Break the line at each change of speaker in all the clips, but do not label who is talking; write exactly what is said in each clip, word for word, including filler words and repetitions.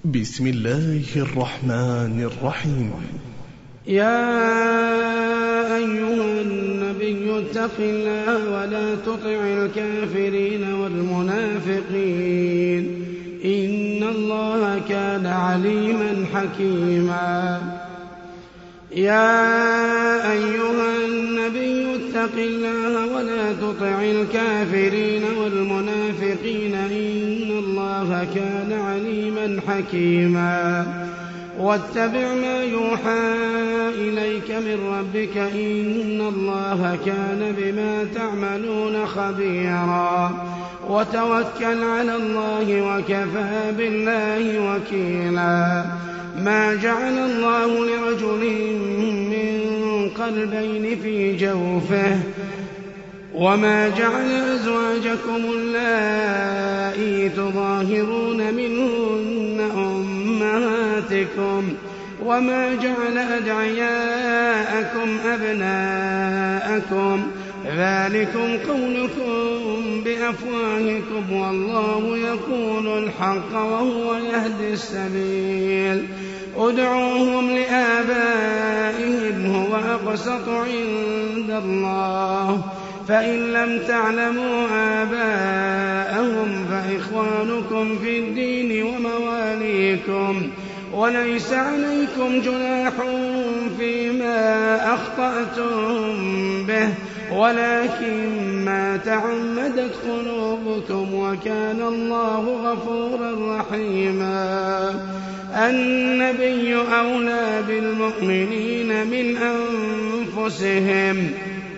بسم الله الرحمن الرحيم.
يا أيها النبي اتق الله ولا تطع الكافرين والمنافقين إن الله كان عليما حكيما. يا أيها النبي اتق الله ولا تطع الكافرين والمنافقين إن الله كان عليما حكيما. واتبع ما يوحى إليك من ربك إن الله كان بما تعملون خبيرا. وتوكل على الله وكفى بالله وكيلا. ما جعل الله لرجل من قلبين في جوفه وما جعل أزواجكم اللائي تظاهرون منهن أمهاتكم وما جعل أدعياءكم أبناءكم ذلكم قولكم بأفواهكم والله يقول الحق وهو يهدي السبيل. ادعوهم لآبائهم هو أقسط عند الله فإن لم تعلموا آباءهم فإخوانكم في الدين ومواليكم وليس عليكم جناح فيما أخطأتم به ولكن ما تعمدت قلوبكم وكان الله غفورا رحيما. النبي أولى بالمؤمنين من أنفسهم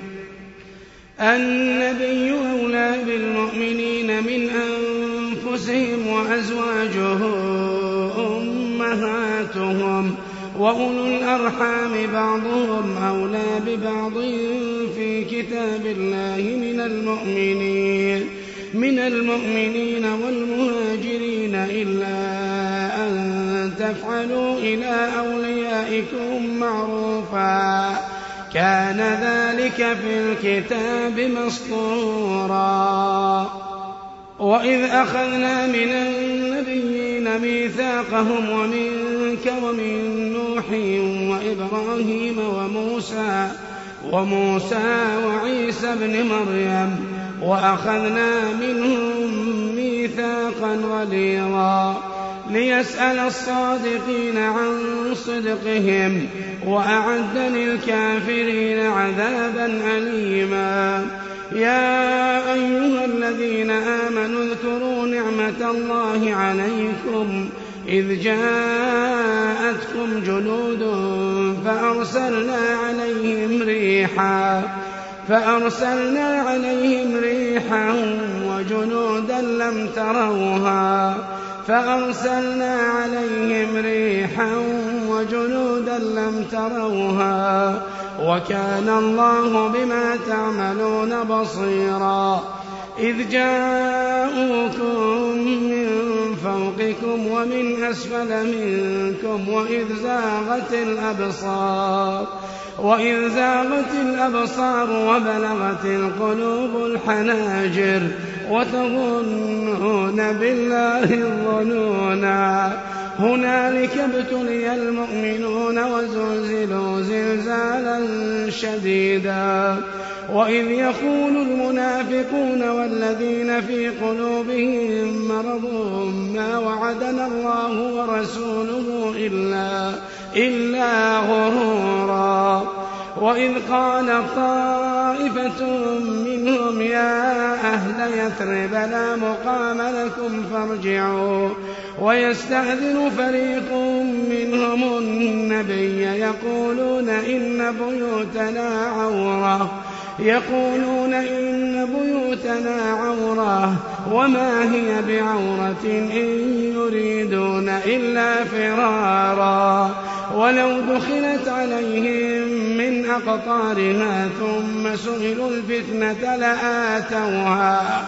النبي أولى بالمؤمنين من أنفسهم وأزواجه أمهاتهم وأولو الأرحام بعضهم أولى ببعض في كتاب الله من المؤمنين من المؤمنين والمهاجرين إلا أن تفعلوا إلى أوليائكم معروفا كان ذلك في الكتاب مسطورا. وإذ أخذنا من النبيين ميثاقهم ومنك ومن نوح وإبراهيم وموسى وموسى وعيسى ابن مريم وأخذنا منهم ميثاقا غليظا ليسأل الصادقين عن صدقهم وأعد للكافرين عذابا أليما. يا أيها الذين آمنوا اذكروا نعمة الله عليكم إذ جاءتكم جنود فأرسلنا عليهم ريحا فأرسلنا عليهم ريحا وجنودا لم تروها فأرسلنا عليهم ريحا وجنودا لم تروها وكان الله بما تعملون بصيرا. إذ جاءوكم من فوقكم ومن أسفل منكم وإذ زاغت الأبصار وإذ زاغت الأبصار وبلغت القلوب الحناجر وتظنون بالله الظنونا. هنالك ابتلي المؤمنون وزلزلوا زلزالا شديدا. وإذ يقول المنافقون والذين في قلوبهم مرض ما وعدنا الله ورسوله إلا, إلا غرورا. وإذ قال طائفة منهم يا أهل يثرب لا مقام لكم فارجعوا ويستأذن فريق منهم النبي يقولون إن بيوتنا عورة يقولون إن بيوتنا عورة وما هي بعورة إن يريدون إلا فرارا. ولو دخلت عليهم من أقطارها ثم سئلوا الفتنة لآتوها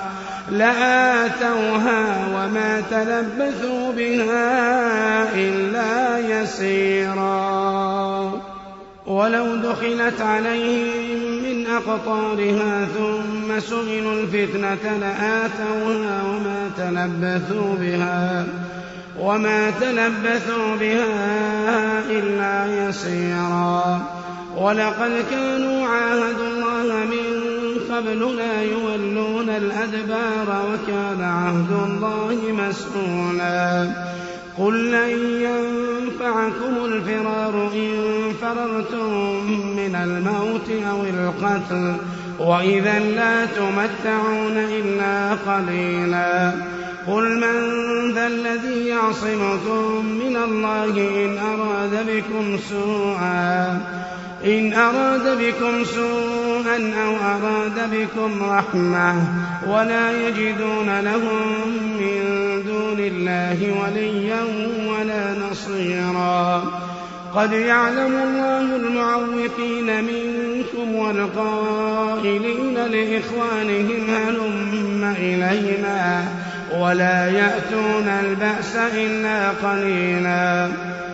لآتوها وما تلبثوا بها إلا يسيرا. ولو دخلت عليهم من أقطارها ثم سئلوا الفتنة لآتوها وما تلبثوا بها وما تلبثوا بها إلا يسيرا ولقد كانوا عاهدوا الله من قبل لا يولون الأدبار وكان عهد الله مسؤولا قل لن ينفعكم الفرار إن فررتم من الموت أو القتل وإذا لا تمتعون إلا قليلا قل من ذا الذي يعصمكم من الله إن أراد بكم سوءا إن أراد بكم سوءا أو أراد بكم رحمة ولا يجدون لهم من دون الله وليا ولا نصيرا قد يعلم الله المعوقين منكم والقائلين لإخوانهم هلم إلينا ولا يأتون البأس إلا قليلا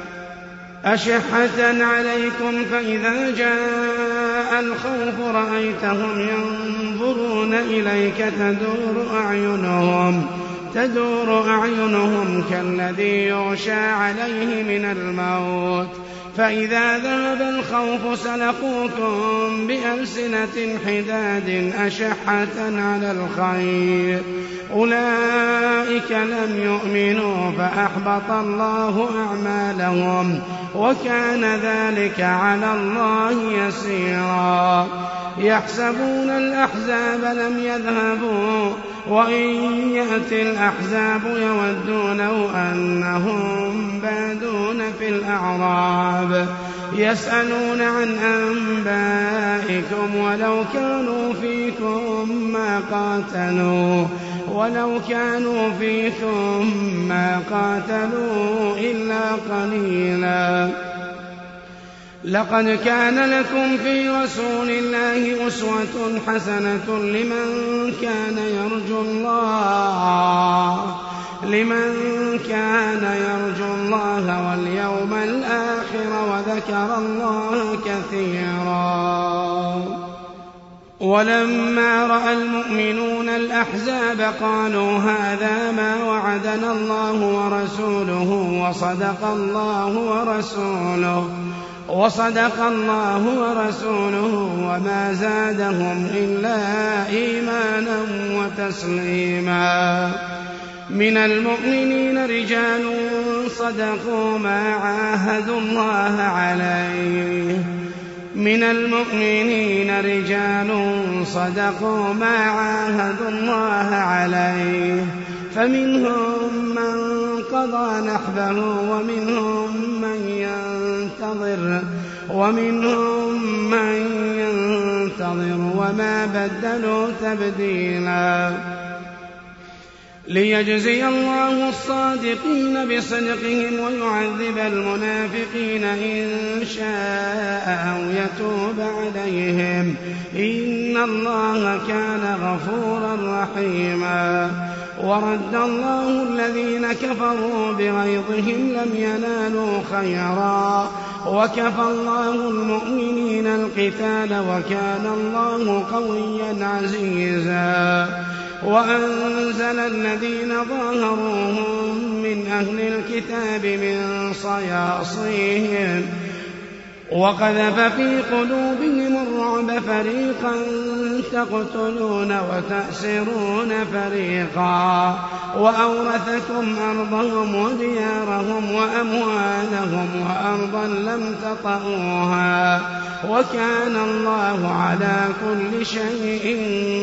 أشحة عليكم فإذا جاء الخوف رأيتهم ينظرون إليك تدور أعينهم تدور أعينهم كالذي يغشى عليه من الموت فإذا ذهب الخوف سلقوكم بألسنة حداد أشحة على الخير أولئك لم يؤمنوا فأحبط الله أعمالهم وكان ذلك على الله يسيرا يحسبون الأحزاب لم يذهبوا وإن يأتي الأحزاب يودوا لو أنهم بادون في الأعراب يسألون عن أنبائكم ولو كانوا فيكم ما قاتلوا ولو كانوا فيكم ما قاتلوا إلا قليلا لقد كان لكم في رسول الله أسوة حسنة لمن كان يرجو الله لمن كان يرجو الله واليوم الآخر وذكر الله كثيرا ولما رأى المؤمنون الأحزاب قالوا هذا ما وعدنا الله ورسوله وصدق الله ورسوله وصدق الله ورسوله وما زادهم إلا إيمانا وتسليما من المؤمنين رجال صدقوا ما عاهدوا الله عليه من المؤمنين رجال صدقوا ما عاهدوا الله عليه فمنهم من قضى نحبه ومنهم من ينتظر ومنهم من ينتظر وما بدلوا تبديلا ليجزي الله الصادقين بصدقهم ويعذب المنافقين إن شاء أو يتوب عليهم إن الله كان غفورا رحيما ورد الله الذين كفروا بغيظهم لم ينالوا خيرا وكفى الله المؤمنين القتال وكان الله قويا عزيزا وأنزل الذين ظاهروهم من أهل الكتاب من صياصيهم وقذف في قلوبهم الرعب فريقا تقتلون وتأسرون فريقا وأورثكم أرضهم وديارهم وأموالهم وأرضا لم تطئوها وكان الله على كل شيء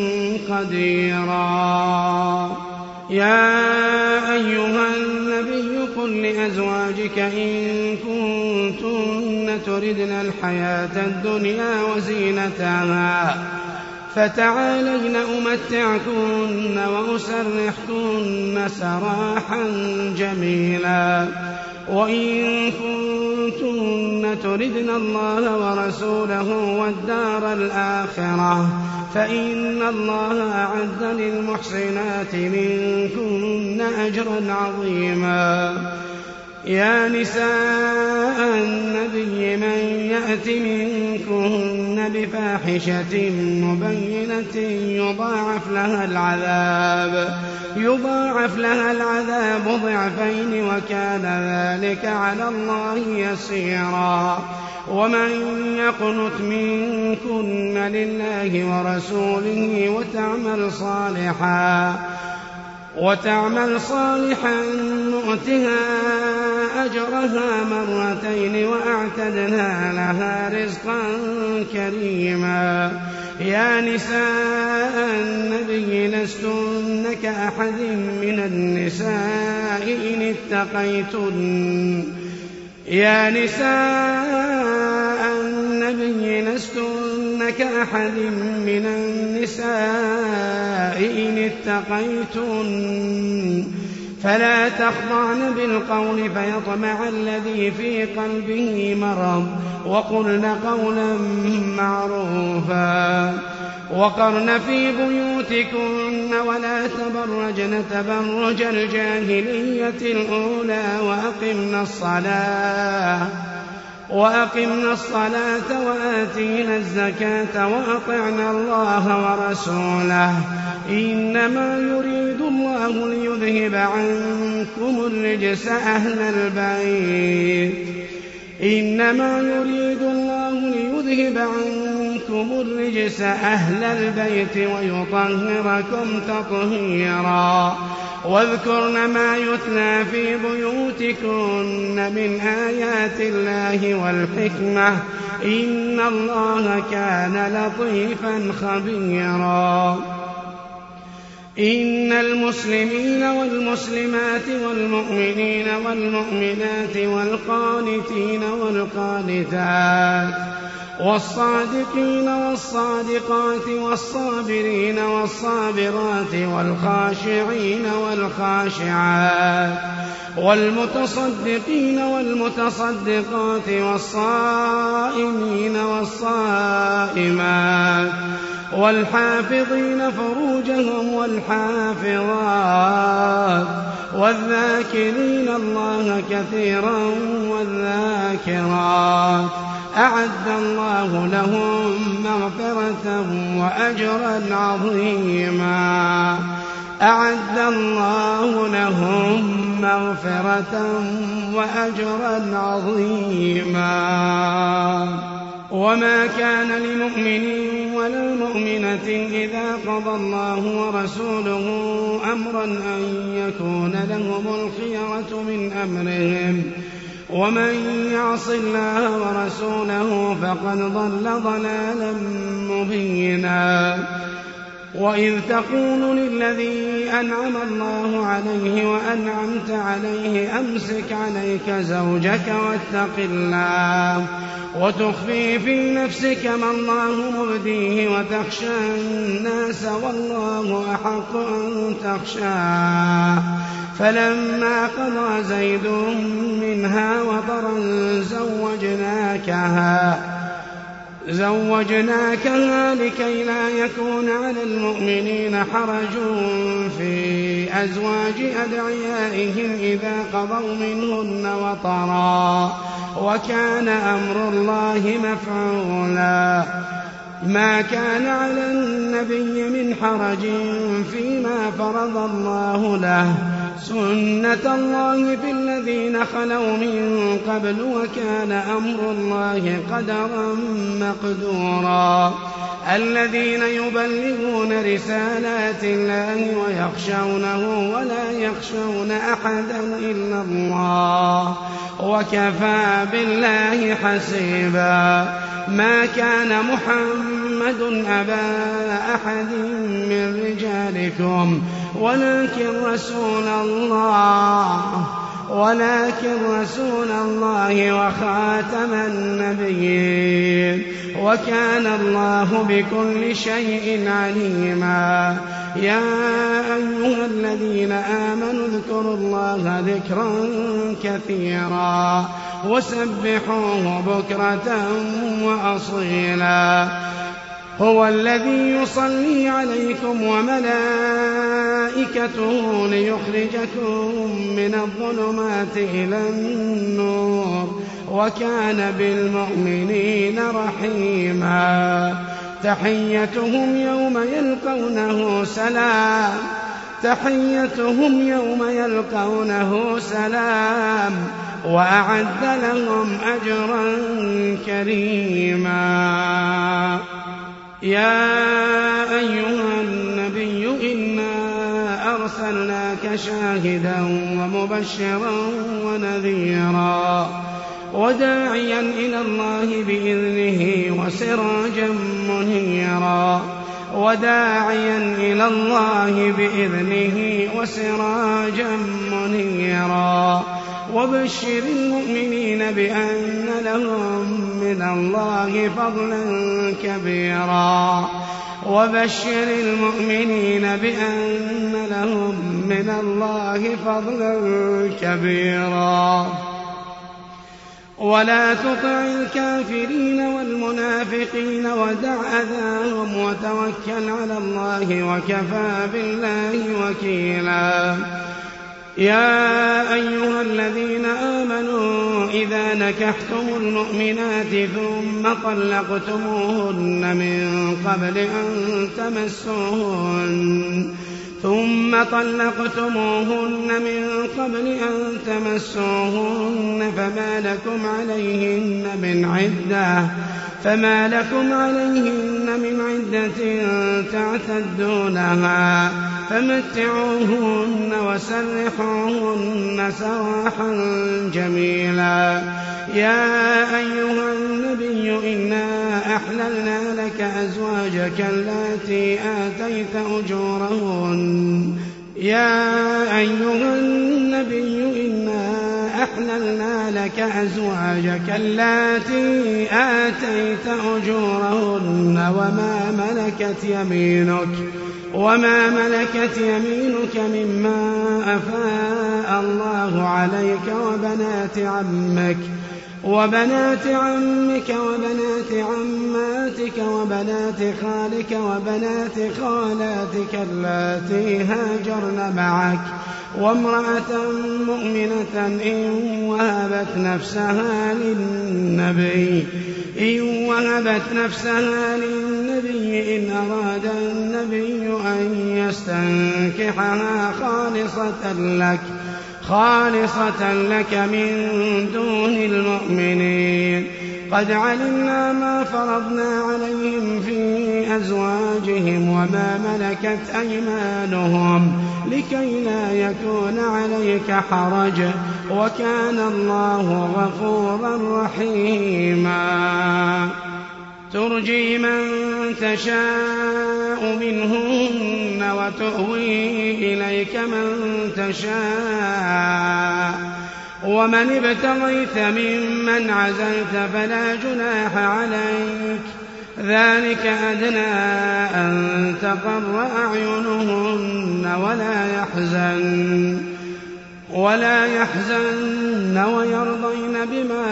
قديرا يا أيها النبي قل لأزواجك إن كنتن تردن الحياة الدنيا وزينتها فتعالين أمتعكن وأسرحكن سراحا جميلا وإن كنتن تردن الله ورسوله والدار الآخرة فإن الله أعد للمحسنات منكن أجرا عظيما يا نساء النبي من يأت منكن بفاحشة مبينة يضاعف لها العذاب يضاعف لها العذاب ضعفين وكان ذلك على الله يسيرا. ومن يقنت منكن لله ورسوله وتعمل صالحا وتعمل صالحا نؤتها أجرها مرتين وأعتدنا لها رزقا كريما. يا نساء النبي لستن كأحد من النساء إن اتقيتن يا نساء النبي لستن كأحد من النساء إن اتقيتن فلا تخضعن بالقول فيطمع الذي في قلبه مرض وقلن قولا معروفا. وقرن في بيوتكن ولا تبرجن تبرج الجاهلية الأولى وأقمنا الصلاة وأقمنا الصلاة وآتينا الزكاة وأطعنا الله ورسوله إنما يريد الله ليذهب عنكم الرجس أهل البيت إنما يريد الله ليذهب عنكم الرجس أهل البيت ويطهركم تطهيرا. واذكرن ما يتلى في بيوتكن من آيات الله والحكمة إن الله كان لطيفا خبيرا. إن المسلمين والمسلمات والمؤمنين والمؤمنات والقانتين والقانتات والصادقين والصادقات والصابرين والصابرات والخاشعين والخاشعات والمتصدقين والمتصدقات والصائمين والصائمات والحافظين فروجهم والحافظات والذاكرين الله كثيرا والذاكرات أعد الله لهم مغفرة وأجرا عظيما أعد الله لهم مغفرة وأجرا عظيما. وما كان لمؤمن ولا مؤمنة إذا قضى الله ورسوله أمرا أن يكون لهم الخيرة من أمرهم ومن يعص الله ورسوله فقد ضل ضلالا مبينا. وإذ تقول للذي أنعم الله عليه وأنعمت عليه أمسك عليك زوجك واتق الله وتخفي في نفسك ما الله مبديه وتخشى الناس والله أحق أن تخشاه. فلما قضى زيد منها وطرا زوجناكها زوجناكها لكي لا يكون على المؤمنين حرج في أزواج أدعيائهم إذا قضوا منهن وطرا وكان أمر الله مفعولا. ما كان على النبي من حرج فيما فرض الله له سنة الله في الذين خلوا من قبل وكان أمر الله قدرا مقدورا. الذين يبلغون رسالات الله ويخشونه ولا يخشون أحدا إلا الله وكفى بالله حسيبا. ما كان محمد أبا أحد من رجالكم ولكن رسول الله ولكن رسول الله وخاتم النبيين وكان الله بكل شيء عليما. يا أيها الذين آمنوا اذكروا الله ذكرا كثيرا وسبحوه بكرة وأصيلا. هو الذي يصلي عليكم وملائكته ليخرجكم من الظلمات إلى النور وكان بالمؤمنين رحيما. تحيتهم يوم يلقونه سلام تحيتهم يوم يلقونه سلام وأعد لهم أجرا كريما. يا أيها النبي إنا أرسلناك شاهدا ومبشرا ونذيرا وداعيا إلى الله بإذنه وسراجا منيرا وداعيا إلى الله بإذنه وسراجا منيرا وبشر المؤمنين بأن لهم من الله فضلا كبيرا وبشر المؤمنين بأن لهم من الله فضلا كبيرا ولا تطع الكافرين والمنافقين ودع أذاهم وتوكل على الله وكفى بالله وكيلا. يا أيها الذين آمنوا إذا نكحتم المؤمنات ثم طلقتموهن من قبل أن تمسوهن ثم طلقتموهن من قبل أن تمسوهن فما لكم عليهن من عدة فما لكم عليهن من عدة تعتدونها فمتعوهن وسرحوهن سراحا جميلا. يا أيها النبي إنا أحللنا لك أزواجك اللاتي آتيت أجورهن يا أيها النبي إنا أحللنا لك أزواجك اللاتي آتيت أجورهن وما ملكت يمينك وما ملكت يمينك مما أفاء الله عليك وبنات عمك وبنات عمك وبنات عماتك وبنات خالك وبنات خالاتك اللاتي هاجرن معك وامرأة مؤمنة إن وهبت نفسها للنبي إن وهبت نفسها للنبي إن أراد النبي أن يستنكحها خالصة لك خالصة لك من دون المؤمنين. قد علمنا ما فرضنا عليهم في أزواجهم وما ملكت أيمانهم لكي لا يكون عليك حرج وكان الله غفورا رحيما. ترجي من تشاء منهن وتؤوي إليك من تشاء ومن ابتغيت ممن عزلت فلا جناح عليك ذلك أدنى أن تقر أعينهن ولا يحزن ولا يحزن ويرضين بما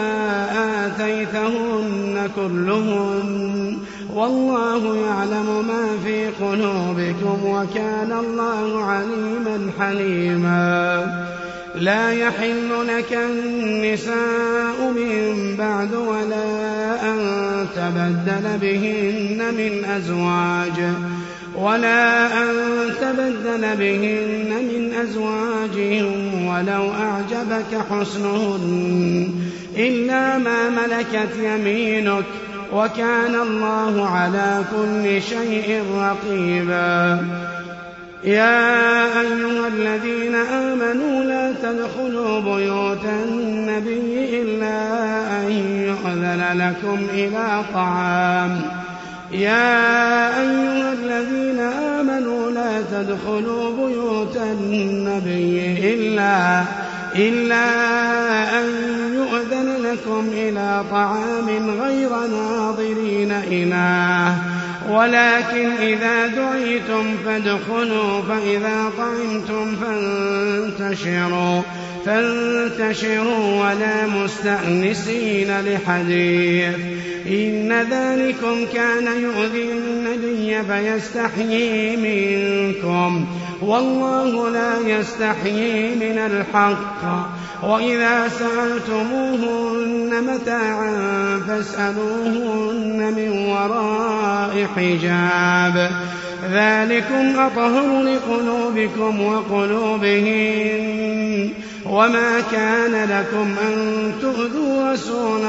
آتيتهن كلهن والله يعلم ما في قلوبكم وكان الله عليما حليما. لا يحل لك النساء من بعد ولا أن تبدل بهن من أزواج ولا أن تبدل بهن من أزواجهم ولو أعجبك حسنهن إلا ما ملكت يمينك وكان الله على كل شيء رقيبا. يا أيها الذين آمنوا لا تدخلوا بيوت النبي إلا أن يؤذن لكم إلى طعام يا أيها الذين آمنوا لا تدخلوا بيوت النبي إلا إلا أن يؤذن لكم إلى طعام غير ناظرين إناه ولكن إذا دعيتم فادخلوا فإذا طعمتم فانتشروا فانتشروا ولا مستأنسين لحديث إن ذلكم كان يؤذي النبي فيستحيي منكم والله لا يستحيي من الحق وإذا سألتموهن متاعا فاسألوهن من وراء حجاب ذلكم أطهر لقلوبكم وقلوبهم وما كان لكم أن تؤذوا رسول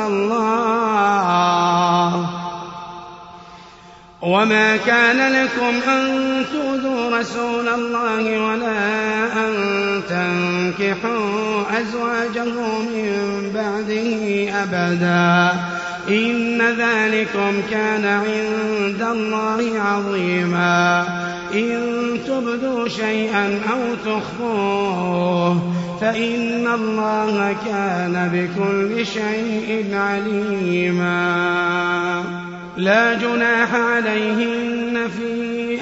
الله وما كان لكم أن تؤذوا رسول الله ولا أن تنكحوا أزواجه من بعده أبدا إن ذلكم كان عند الله عظيما إن تبدوا شيئا أو تخفوه فإن الله كان بكل شيء عليما لا جناح عليهن في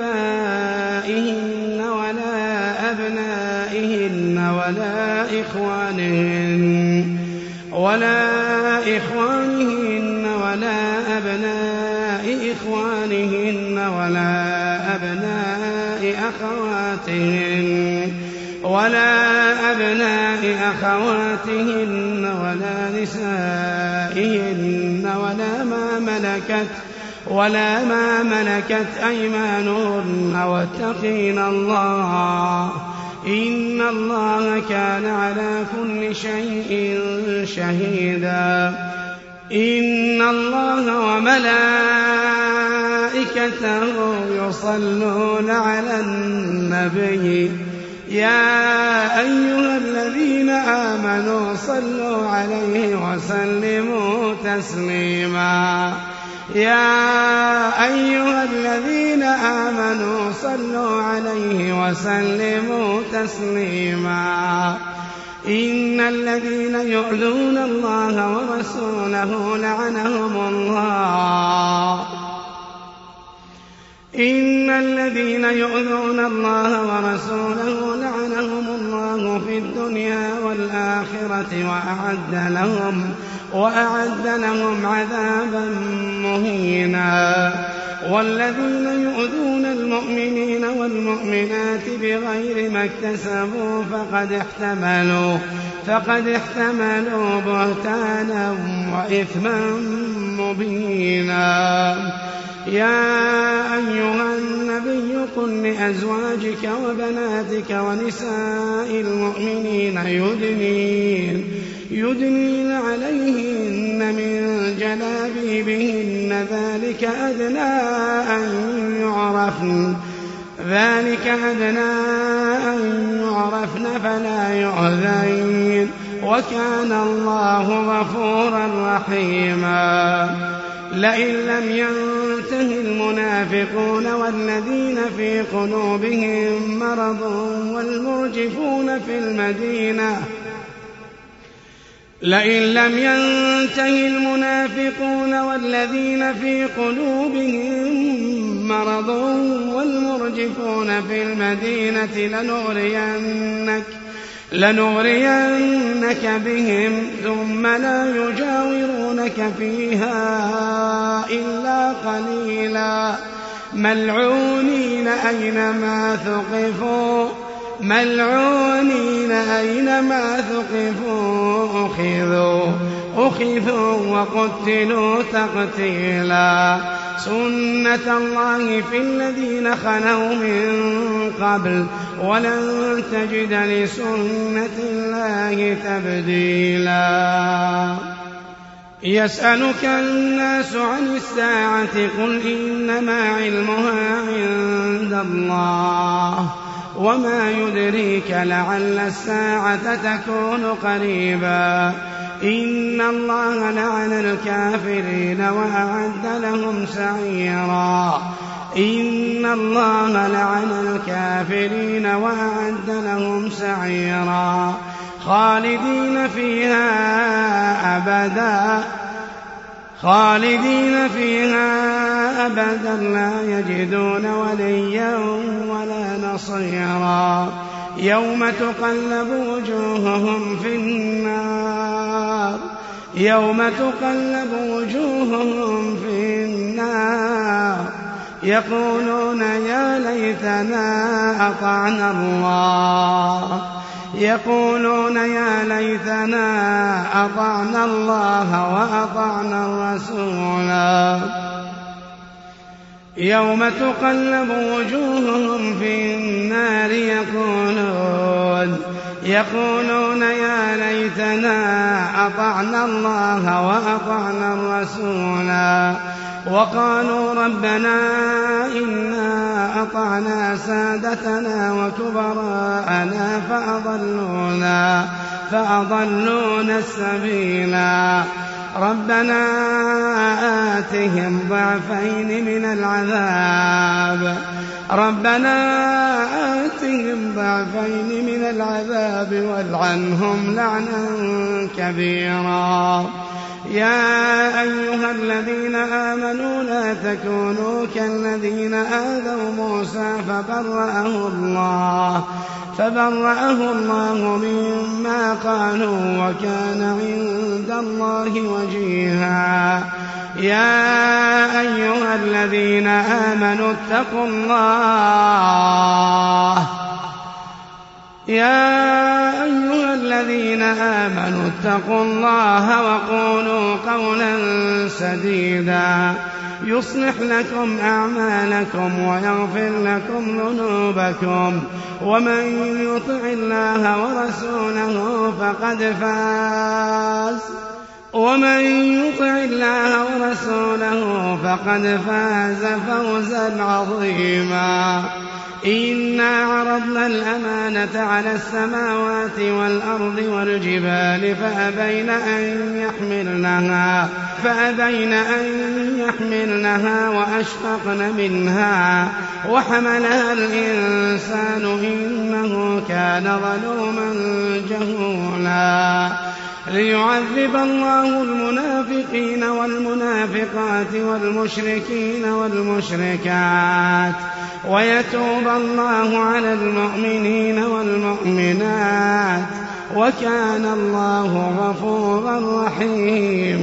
آبائهن ولا أبنائهن ولا إخوانهن ولا إخوانهن ولا أبناء إخوانهن ولا أبناء أخواتهن ولا أبناء أخواتهن ولا نسائهن ولا ما ملكت ولا ما ملكت أيمانهن واتقين الله إن الله كان على كل شيء شهيدا إن الله وملائكته يصلون على النبي يا أيها الذين آمنوا صلوا عليه وسلموا تسليما يا أيها الذين آمنوا صلوا عليه وسلموا تسليما إن الذين يؤذون الله ورسوله لعنهم الله إن الذين يؤذون الله ورسوله لعنهم الله في الدنيا والآخرة وأعد لهم وأعد لهم عذابا مهينا والذين يؤذون المؤمنين والمؤمنات بغير ما اكتسبوا فقد احتملوا فقد احتملوا بهتانا وإثما مبينا يا أيها النبي قل لأزواجك وبناتك ونساء المؤمنين يدنين يدنين عليهن من جلابيبهن ذلك أدنى أن يعرفن ذلك أدنى أن يعرفن فلا يؤذين وكان الله غفورا رحيما لئن لم ينته المنافقون والذين في قلوبهم مرض والمرجفون في المدينة لئن لم ينته المنافقون والذين في قلوبهم مرض والمرجفون في المدينة لنغرينك لنغرينك بهم ثم لا يجاورونك فيها إلا قليلا ملعونين أينما ثقفوا ملعونين أينما ثقفوا أخذوا أخذوا وقتلوا تقتيلا سنة الله في الذين خلوا من قبل ولن تجد لسنة الله تبديلا يسألك الناس عن الساعة قل إنما علمها عند الله وما يدريك لعل الساعة تكون قريبا إن الله لعن الكافرين وأعد لهم سعيرا إن الله لعن الكافرين وأعد لهم سعيرا خالدين فيها أبدا خالدين فيها أبدا لا يجدون وليا ولا نصيرا يوم تقلب وجوههم في النار يوم تقلب وجوههم في النار يقولون يا ليتنا أطعنا الله يقولون يا ليتنا أطعنا الله وأطعنا الرسولا يوم تقلب وجوههم في النار يقولون يقولون يا ليتنا أطعنا الله وأطعنا الرسولا وقالوا ربنا إنا أطعنا سادتنا وكبراءنا فأضلونا فأضلونا السبيلا ربنا آتهم ضعفين من العذاب ربنا آتهم ضعفين من العذاب والعنهم لعنا كبيرا يا أيها الذين آمنوا لا تكونوا كالذين آذوا موسى فبرأه الله فبرأه الله مما قالوا وكان عند الله وجيها يا أيها الذين آمنوا اتقوا الله يا أيها الذين آمنوا اتقوا الله وقولوا قولا سديدا يصلح لكم أعمالكم ويغفر لكم ذنوبكم ومن يطع الله ورسوله فقد فاز ومن يطع الله ورسوله فقد فاز فوزا عظيما إنا عرضنا الأمانة على السماوات والأرض والجبال فأبين أن يحملنها فأبين أن يحملنها وأشفقن منها وحملها الإنسان إنه كان ظلوما جهولا ليعذب الله المنافقين والمنافقات والمشركين والمشركات ويتوب الله على المؤمنين والمؤمنات وكان الله غفورا رحيما